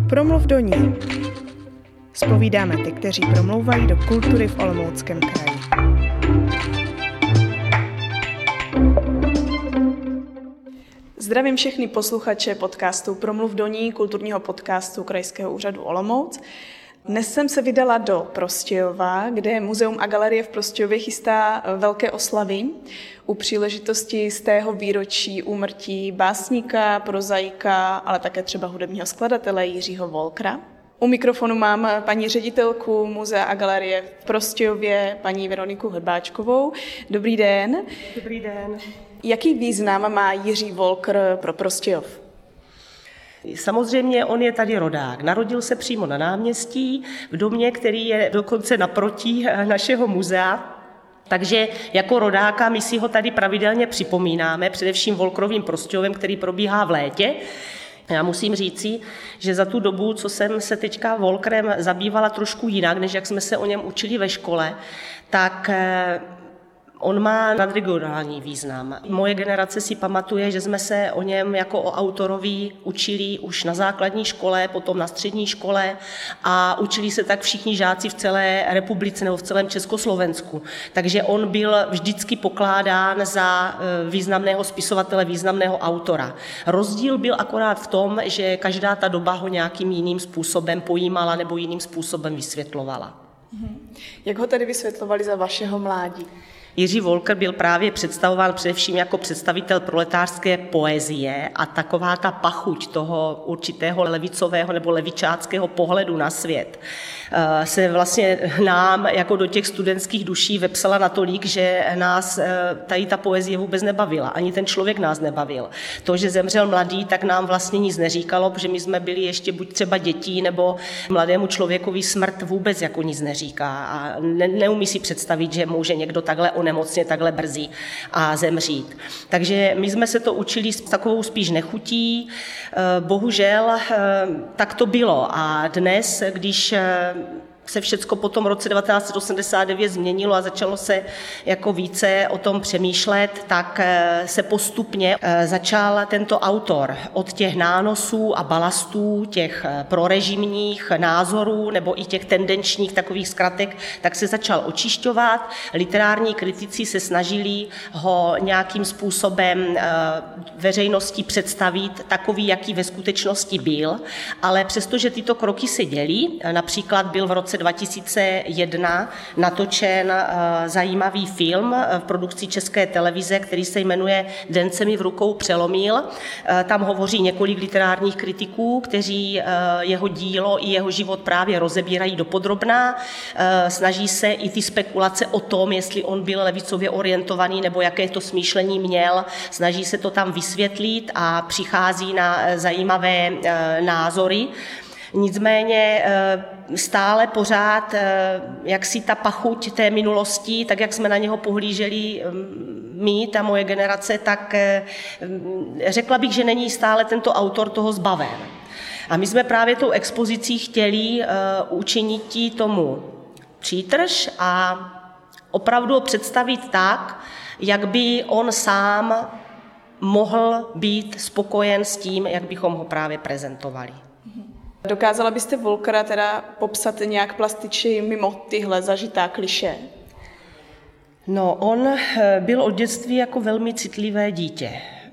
Promluv do ní. Zpovídáme ty, kteří promlouvají do kultury v Olomouckém kraji. Zdravím všechny posluchače podcastu Promluv do ní, kulturního podcastu Krajského úřadu Olomouc. Dnes jsem se vydala do Prostějova, kde Muzeum a galerie v Prostějově chystá velké oslavy u příležitosti z tého výročí úmrtí básníka, prozaika, ale také třeba hudebního skladatele Jiřího Wolkera. U mikrofonu mám paní ředitelku Muzea a galerie v Prostějově, paní Veroniku Hrbáčkovou. Dobrý den. Dobrý den. Jaký význam má Jiří Wolker pro Prostějov? Samozřejmě on je tady rodák. Narodil se přímo na náměstí, v domě, který je dokonce naproti našeho muzea. Takže jako rodáka my si ho tady pravidelně připomínáme, především Wolkerovým Prostějovem, který probíhá v létě. Já musím říci, že za tu dobu, co jsem se teďka Wolkerem zabývala trošku jinak, než jak jsme se o něm učili ve škole, tak on má nadregionální význam. Moje generace si pamatuje, že jsme se o něm jako o autorovi učili už na základní škole, potom na střední škole a učili se tak všichni žáci v celé republice nebo v celém Československu. Takže on byl vždycky pokládán za významného spisovatele, významného autora. Rozdíl byl akorát v tom, že každá ta doba ho nějakým jiným způsobem pojímala nebo jiným způsobem vysvětlovala. Jak ho tedy vysvětlovali za vašeho mládí? Jiří Wolker byl právě představován především jako představitel proletářské poezie a taková ta pachuť toho určitého levicového nebo levičáckého pohledu na svět se vlastně nám jako do těch studentských duší vepsala natolik, že nás tady ta poezie vůbec nebavila, ani ten člověk nás nebavil. To, že zemřel mladý, tak nám vlastně nic neříkalo, protože my jsme byli ještě buď třeba dětí, nebo mladému člověkovi smrt vůbec jako nic neříká a neumí si představit, že může někdo takhle onemocně, takhle brzy a zemřít. Takže my jsme se to učili s takovou spíš nechutí. Bohužel tak to bylo. A dnes, když se všecko po tom roce 1989 změnilo a začalo se jako více o tom přemýšlet, tak se postupně začal tento autor od těch nánosů a balastů, těch prorežimních názorů nebo i těch tendenčních takových zkratek, tak se začal očišťovat. Literární kritici se snažili ho nějakým způsobem veřejnosti představit takový, jaký ve skutečnosti byl, ale přestože tyto kroky se děly, například byl v roce 2001 natočen zajímavý film v produkci České televize, který se jmenuje Den se mi v rukou přelomil. Tam hovoří několik literárních kritiků, kteří jeho dílo i jeho život právě rozebírají dopodrobná. Snaží se i ty spekulace o tom, jestli on byl levicově orientovaný nebo jaké to smýšlení měl, snaží se to tam vysvětlit a přichází na zajímavé názory. Nicméně stále pořád, jak si ta pachuť té minulosti, tak jak jsme na něho pohlíželi my, ta moje generace, tak řekla bych, že není stále tento autor toho zbaven. A my jsme právě tou expozicí chtěli učinit tomu přítrž a opravdu ho představit tak, jak by on sám mohl být spokojen s tím, jak bychom ho právě prezentovali. Dokázala byste Wolkera teda popsat nějak plastičně mimo tyhle zažitá klišé? No, on byl od dětství jako velmi citlivé dítě.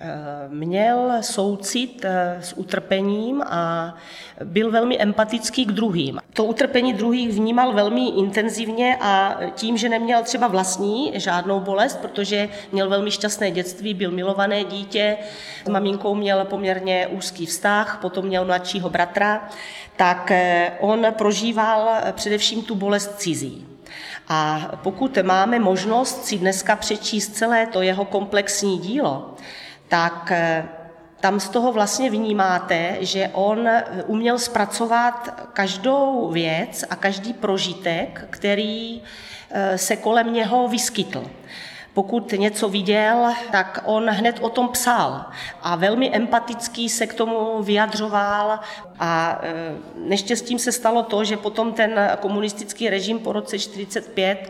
Měl soucit s utrpením a byl velmi empatický k druhým. To utrpení druhých vnímal velmi intenzivně a tím, že neměl třeba vlastní žádnou bolest, protože měl velmi šťastné dětství, byl milované dítě, s maminkou měl poměrně úzký vztah, potom měl mladšího bratra, tak on prožíval především tu bolest cizí. A pokud máme možnost si dneska přečíst celé to jeho komplexní dílo, tak tam z toho vlastně vnímáte, že on uměl zpracovat každou věc a každý prožitek, který se kolem něho vyskytl. Pokud něco viděl, tak on hned o tom psal a velmi empaticky se k tomu vyjadřoval a neštěstím se stalo to, že potom ten komunistický režim po roce 1945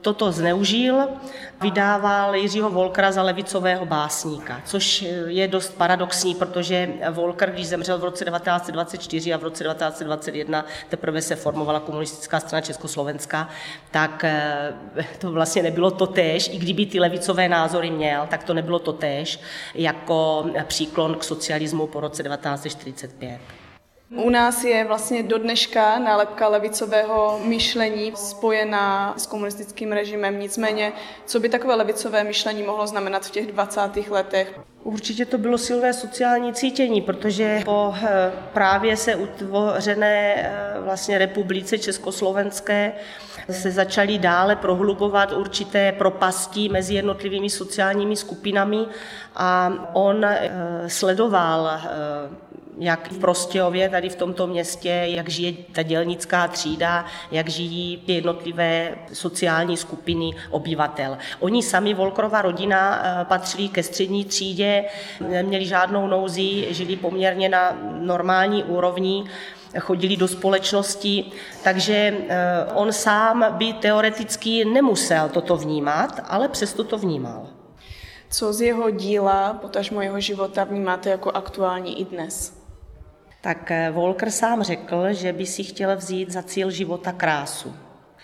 toto zneužil, vydával Jiřího Wolkera za levicového básníka, což je dost paradoxní, protože Wolker, když zemřel v roce 1924 a v roce 1921 teprve se formovala komunistická strana Československá, tak to vlastně nebylo totéž, i kdyby ty levicové názory měl, tak to nebylo totéž jako příklon k socialismu po roce 1945. U nás je vlastně do dneška nálepka levicového myšlení spojená s komunistickým režimem. Nicméně, co by takové levicové myšlení mohlo znamenat v těch 20. letech? Určitě to bylo silné sociální cítění, protože po právě se utvořené vlastně republice československé se začaly dále prohlubovat určité propasti mezi jednotlivými sociálními skupinami a on sledoval, jak v Prostějově, tady v tomto městě, jak žije ta dělnická třída, jak žijí jednotlivé sociální skupiny obyvatel. Oni sami, Wolkerova rodina, patřili ke střední třídě, neměli žádnou nouzi, žili poměrně na normální úrovni, chodili do společnosti, takže on sám by teoreticky nemusel toto vnímat, ale přesto to vnímal. Co z jeho díla, potažmo jeho života, vnímáte jako aktuální i dnes? Tak Wolker sám řekl, že by si chtěl vzít za cíl života krásu.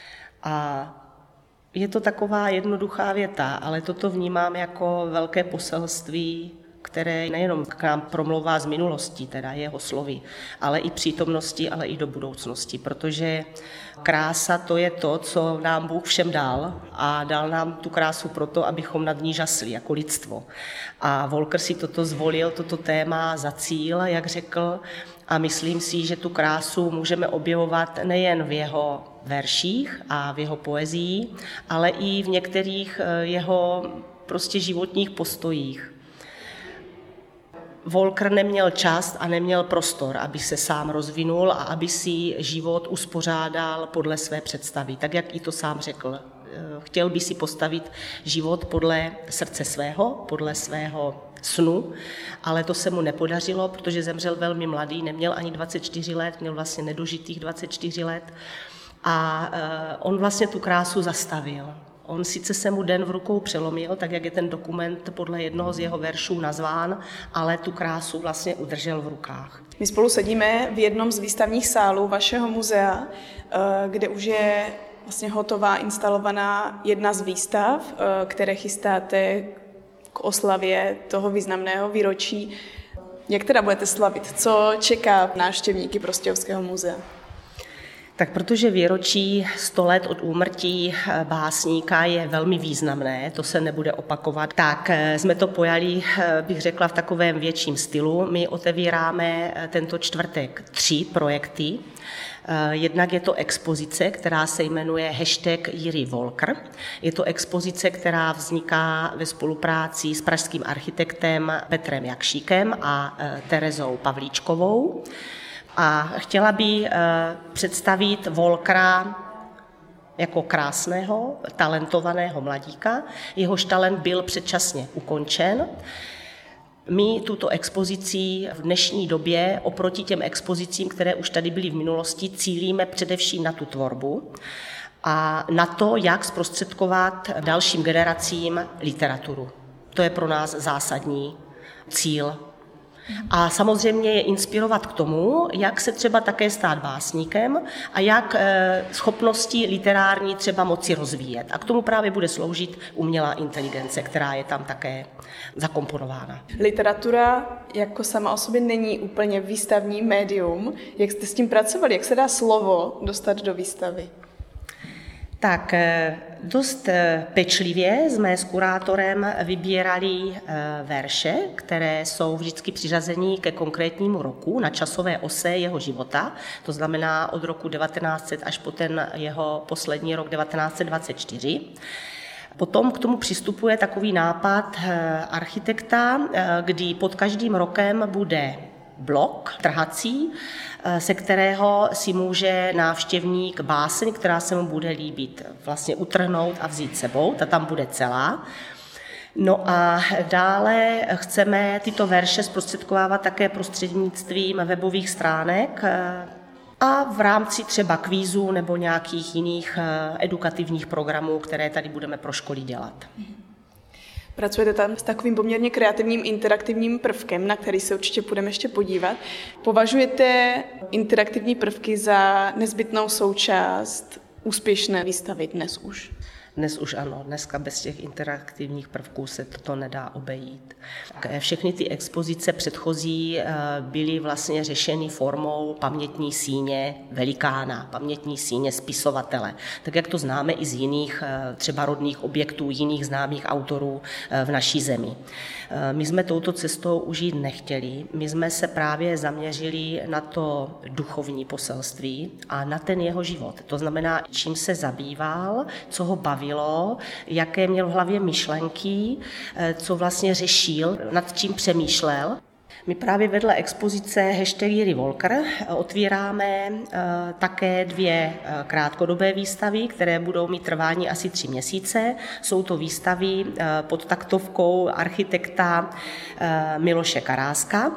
A je to taková jednoduchá věta, ale toto vnímám jako velké poselství, které nejenom k nám promlouvá z minulosti, teda jeho slovy, ale i přítomnosti, ale i do budoucnosti, protože krása to je to, co nám Bůh všem dal a dal nám tu krásu proto, abychom nad ní žasli jako lidstvo. A Wolker si toto zvolil, toto téma za cíl, jak řekl, a myslím si, že tu krásu můžeme objevovat nejen v jeho verších a v jeho poezii, ale i v některých jeho prostě životních postojích. Wolker neměl čas a neměl prostor, aby se sám rozvinul a aby si život uspořádal podle své představy, tak jak i to sám řekl. Chtěl by si postavit život podle srdce svého, podle svého snu, ale to se mu nepodařilo, protože zemřel velmi mladý, neměl ani 24 let, měl vlastně nedožitých 24 let a on vlastně tu krásu zastavil. On sice se mu den v rukou přelomil, tak jak je ten dokument podle jednoho z jeho veršů nazván, ale tu krásu vlastně udržel v rukách. My spolu sedíme v jednom z výstavních sálů vašeho muzea, kde už je vlastně hotová, instalovaná jedna z výstav, které chystáte k oslavě toho významného výročí. Jak teda budete slavit? Co čeká návštěvníky Prostějovského muzea? Tak protože výročí 100 let od úmrtí básníka je velmi významné, to se nebude opakovat, tak jsme to pojali, bych řekla, v takovém větším stylu. My otevíráme tento čtvrtek 3 projekty. Jednak je to expozice, která se jmenuje Jiří Wolker. Je to expozice, která vzniká ve spolupráci s pražským architektem Petrem Jakšíkem a Terezou Pavlíčkovou. A chtěla by představit Wolkera jako krásného, talentovaného mladíka. Jehož talent byl předčasně ukončen. My tuto expozici v dnešní době oproti těm expozicím, které už tady byly v minulosti, cílíme především na tu tvorbu a na to, jak zprostředkovat dalším generacím literaturu. To je pro nás zásadní cíl. A samozřejmě je inspirovat k tomu, jak se třeba také stát básníkem a jak schopnosti literární třeba moci rozvíjet. A k tomu právě bude sloužit umělá inteligence, která je tam také zakomponována. Literatura jako sama o sobě není úplně výstavní médium. Jak jste s tím pracovali? Jak se dá slovo dostat do výstavy? Tak dost pečlivě jsme s kurátorem vybírali verše, které jsou vždycky přiřazení ke konkrétnímu roku, na časové ose jeho života, to znamená od roku 1900 až po ten jeho poslední rok 1924. Potom k tomu přistupuje takový nápad architekta, kdy pod každým rokem bude blok trhací, se kterého si může návštěvník báseň, která se mu bude líbit, vlastně utrhnout a vzít sebou, ta tam bude celá. No a dále chceme tyto verše zprostředkovávat také prostřednictvím webových stránek, a v rámci třeba kvízů nebo nějakých jiných edukativních programů, které tady budeme pro školy dělat. Pracujete tam s takovým poměrně kreativním interaktivním prvkem, na který se určitě půjdeme ještě podívat. Považujete interaktivní prvky za nezbytnou součást úspěšné výstavy dnes už? Dnes už ano, dneska bez těch interaktivních prvků se toto nedá obejít. Všechny ty expozice předchozí byly vlastně řešeny formou pamětní síně velikána, pamětní síně spisovatele. Tak jak to známe i z jiných třeba rodných objektů, jiných známých autorů v naší zemi. My jsme touto cestou už jít nechtěli. My jsme se právě zaměřili na to duchovní poselství a na ten jeho život. To znamená, čím se zabýval, co ho bavilo, jaké měl v hlavě myšlenky, co vlastně řešil, nad čím přemýšlel. My právě vedle expozice Heštelíry Volker otvíráme také 2 krátkodobé výstavy, které budou mít trvání asi 3 měsíce. Jsou to výstavy pod taktovkou architekta Miloše Karáska.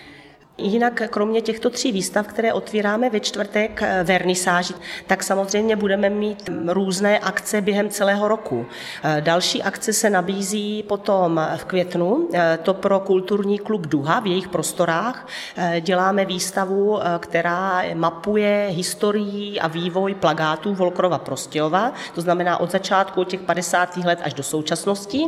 Jinak kromě těchto 3 výstav, které otvíráme ve čtvrtek vernisáži, tak samozřejmě budeme mít různé akce během celého roku. Další akce se nabízí potom v květnu, to pro kulturní klub Duha v jejich prostorách. Děláme výstavu, která mapuje historii a vývoj plakátů Volkerova Prostějova, to znamená od začátku, od těch 50. let až do současnosti.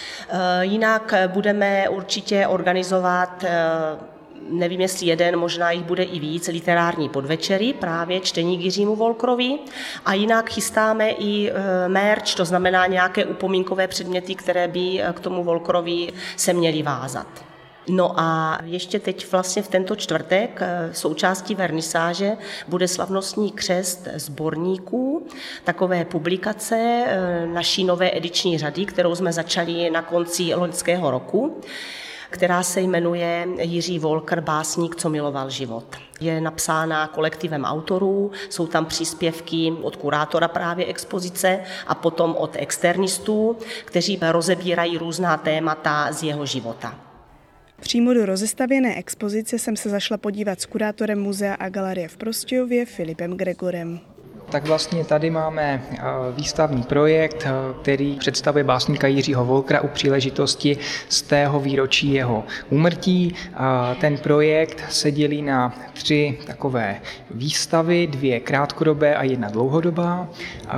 Jinak budeme určitě organizovat, nevím, jestli jeden, možná jich bude i víc, literární podvečery, právě čtení k Jiřímu Volkerovi. A jinak chystáme i merch, to znamená nějaké upomínkové předměty, které by k tomu Volkerovi se měly vázat. No a ještě teď vlastně v tento čtvrtek součástí vernisáže bude slavnostní křest sborníků, takové publikace naší nové ediční řady, kterou jsme začali na konci loňského roku, která se jmenuje Jiří Volker, básník, co miloval život. Je napsána kolektivem autorů, jsou tam příspěvky od kurátora právě expozice a potom od externistů, kteří rozebírají různá témata z jeho života. Přímo do rozestavěné expozice jsem se zašla podívat s kurátorem Muzea a galerie v Prostějově Filipem Gregorem. Tak vlastně tady máme výstavní projekt, který představuje básníka Jiřího Volkera u příležitosti 100. výročí jeho úmrtí. Ten projekt se dělí na 3 takové výstavy, 2 krátkodobé a 1 dlouhodobá.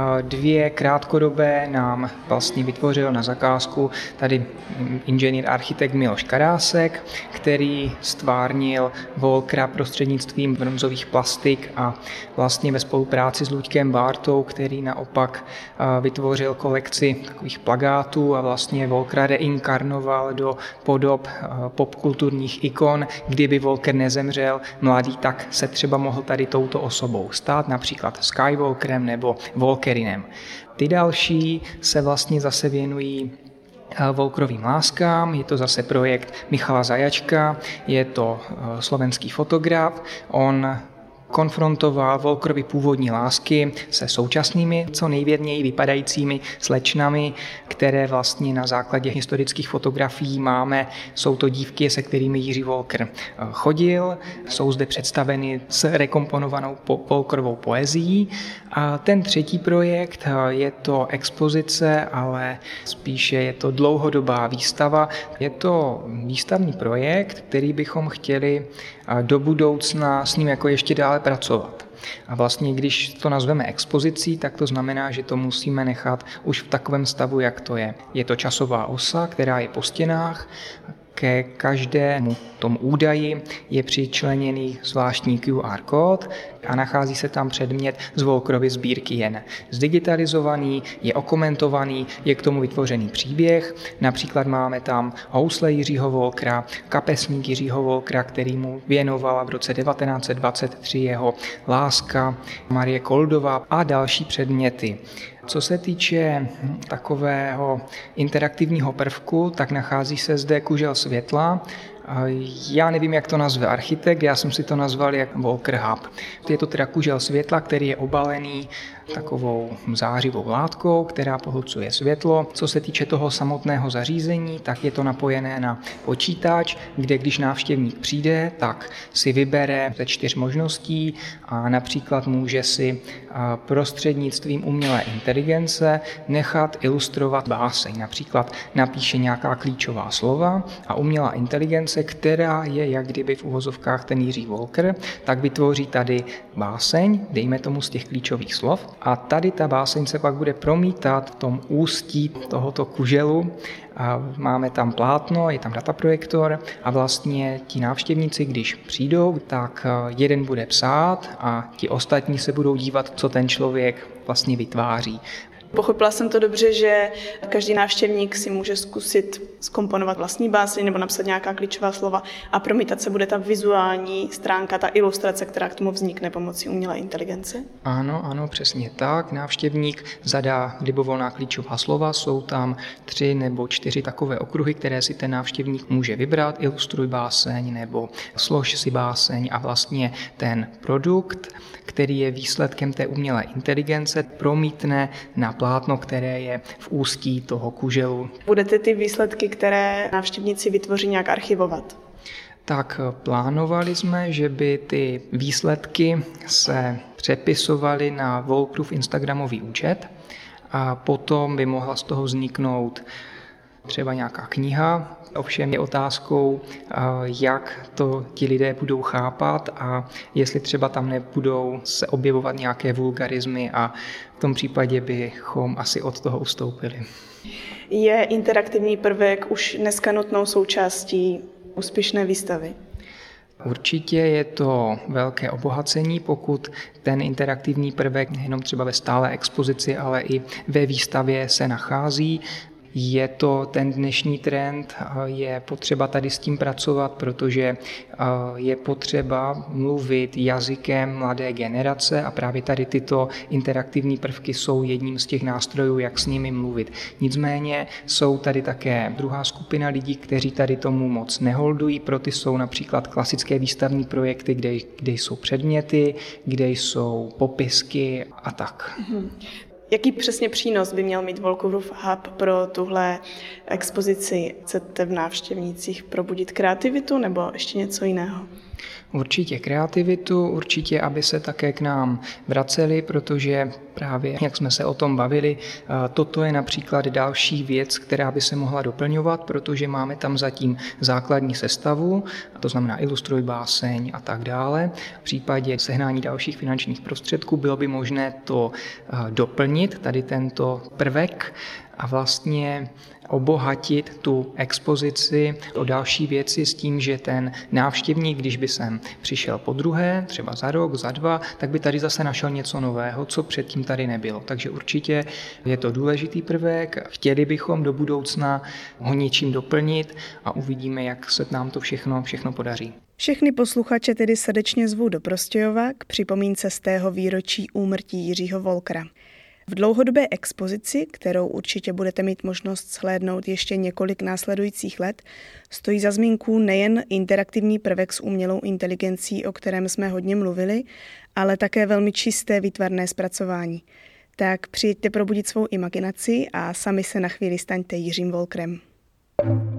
2 krátkodobé nám vlastně vytvořil na zakázku tady inženýr architekt Miloš Karásek, který stvárnil Volkera prostřednictvím bronzových plastik a vlastně ve spolupráci s Luďkem Bártou, který naopak vytvořil kolekci takových plakátů a vlastně Volkera reinkarnoval do podob popkulturních ikon. Kdyby Volker nezemřel mladý, tak se třeba mohl tady touto osobou stát, například Skywalkerem nebo Volkerinem. Ty další se vlastně zase věnují Volkerovým láskám, je to zase projekt Michala Zajačka, je to slovenský fotograf, on konfrontoval Volkerovy původní lásky se současnými, co nejvěrněji vypadajícími slečnami, které vlastně na základě historických fotografií máme. Jsou to dívky, se kterými Jiří Volker chodil, jsou zde představeny s rekomponovanou Volkerovou poezií. A ten 3. projekt je to expozice, ale spíše je to dlouhodobá výstava. Je to výstavní projekt, který bychom chtěli do budoucna s ním jako ještě dále pracovat. A vlastně, když to nazveme expozicí, tak to znamená, že to musíme nechat už v takovém stavu, jak to je. Je to časová osa, která je po stěnách, ke každému tomu údaji je přičleněný zvláštní QR kód a nachází se tam předmět z Volkerovy sbírky jen zdigitalizovaný, je okomentovaný, je k tomu vytvořený příběh. Například máme tam housle Jiřího Volkera, kapesník Jiřího Volkera, který mu věnovala v roce 1923 jeho láska Marie Koldová a další předměty. Co se týče takového interaktivního prvku, tak nachází se zde kužel světla Já nevím, jak to nazve architekt, já jsem si to nazval jak Volker Hub. Je to teda kužel světla, který je obalený takovou zářivou látkou, která pohlcuje světlo. Co se týče toho samotného zařízení, tak je to napojené na počítač, kde když návštěvník přijde, tak si vybere ze 4 možností a například může si prostřednictvím umělé inteligence nechat ilustrovat báseň. Například napíše nějaká klíčová slova a umělá inteligence, která je jak kdyby v uvozovkách ten Jiří Volker, tak vytvoří tady báseň, dejme tomu z těch klíčových slov, a tady ta báseň se pak bude promítat v tom ústí tohoto kuželu. A máme tam plátno, je tam dataprojektor a vlastně ti návštěvníci, když přijdou, tak jeden bude psát a ti ostatní se budou dívat, co ten člověk vlastně vytváří. Pochopila jsem to dobře, že každý návštěvník si může zkusit zkomponovat vlastní báseň nebo napsat nějaká klíčová slova a promítat se bude ta vizuální stránka, ta ilustrace, která k tomu vznikne pomocí umělé inteligence? Ano, přesně tak. Návštěvník zadá libovolná klíčová slova, jsou tam 3 nebo 4 takové okruhy, které si ten návštěvník může vybrat, ilustruj báseň nebo slož si báseň a vlastně ten produkt, který je výsledkem té umělé inteligence, promítne na plátno, které je v ústí toho kuželu. Budete ty výsledky, které návštěvníci vytvoří, nějak archivovat? Tak plánovali jsme, že by ty výsledky se přepisovaly na Volkerův instagramový účet a potom by mohla z toho vzniknout třeba nějaká kniha. Ovšem je otázkou, jak to ti lidé budou chápat a jestli třeba tam nebudou se objevovat nějaké vulgarismy a v tom případě bychom asi od toho ustoupili. Je interaktivní prvek už dneska nutnou součástí úspěšné výstavy? Určitě je to velké obohacení, pokud ten interaktivní prvek nejenom třeba ve stálé expozici, ale i ve výstavě se nachází. Je to ten dnešní trend, je potřeba tady s tím pracovat, protože je potřeba mluvit jazykem mladé generace a právě tady tyto interaktivní prvky jsou jedním z těch nástrojů, jak s nimi mluvit. Nicméně jsou tady také druhá skupina lidí, kteří tady tomu moc neholdují, pro ty jsou například klasické výstavní projekty, kde jsou předměty, kde jsou popisky a tak. Jaký přesně přínos by měl mít Volkerův hub pro tuhle expozici? Chcete v návštěvnících probudit kreativitu nebo ještě něco jiného? Určitě kreativitu, určitě, aby se také k nám vraceli, protože právě, jak jsme se o tom bavili, toto je například další věc, která by se mohla doplňovat, protože máme tam zatím základní sestavu, to znamená ilustruj báseň a tak dále. V případě sehnání dalších finančních prostředků bylo by možné to doplnit, tady tento prvek, a vlastně obohatit tu expozici o další věci s tím, že ten návštěvník, když by sem přišel podruhé, třeba za rok, za 2, tak by tady zase našel něco nového, co předtím tady nebylo. Takže určitě je to důležitý prvek, chtěli bychom do budoucna ho něčím doplnit a uvidíme, jak se nám to všechno podaří. Všechny posluchače tedy srdečně zvu do Prostějova k připomínce 100. výročí úmrtí Jiřího Volkera. V dlouhodobé expozici, kterou určitě budete mít možnost shlédnout ještě několik následujících let, stojí za zmínku nejen interaktivní prvek s umělou inteligencí, o kterém jsme hodně mluvili, ale také velmi čisté výtvarné zpracování. Tak přijďte probudit svou imaginaci a sami se na chvíli staňte Jiřím Volkerem.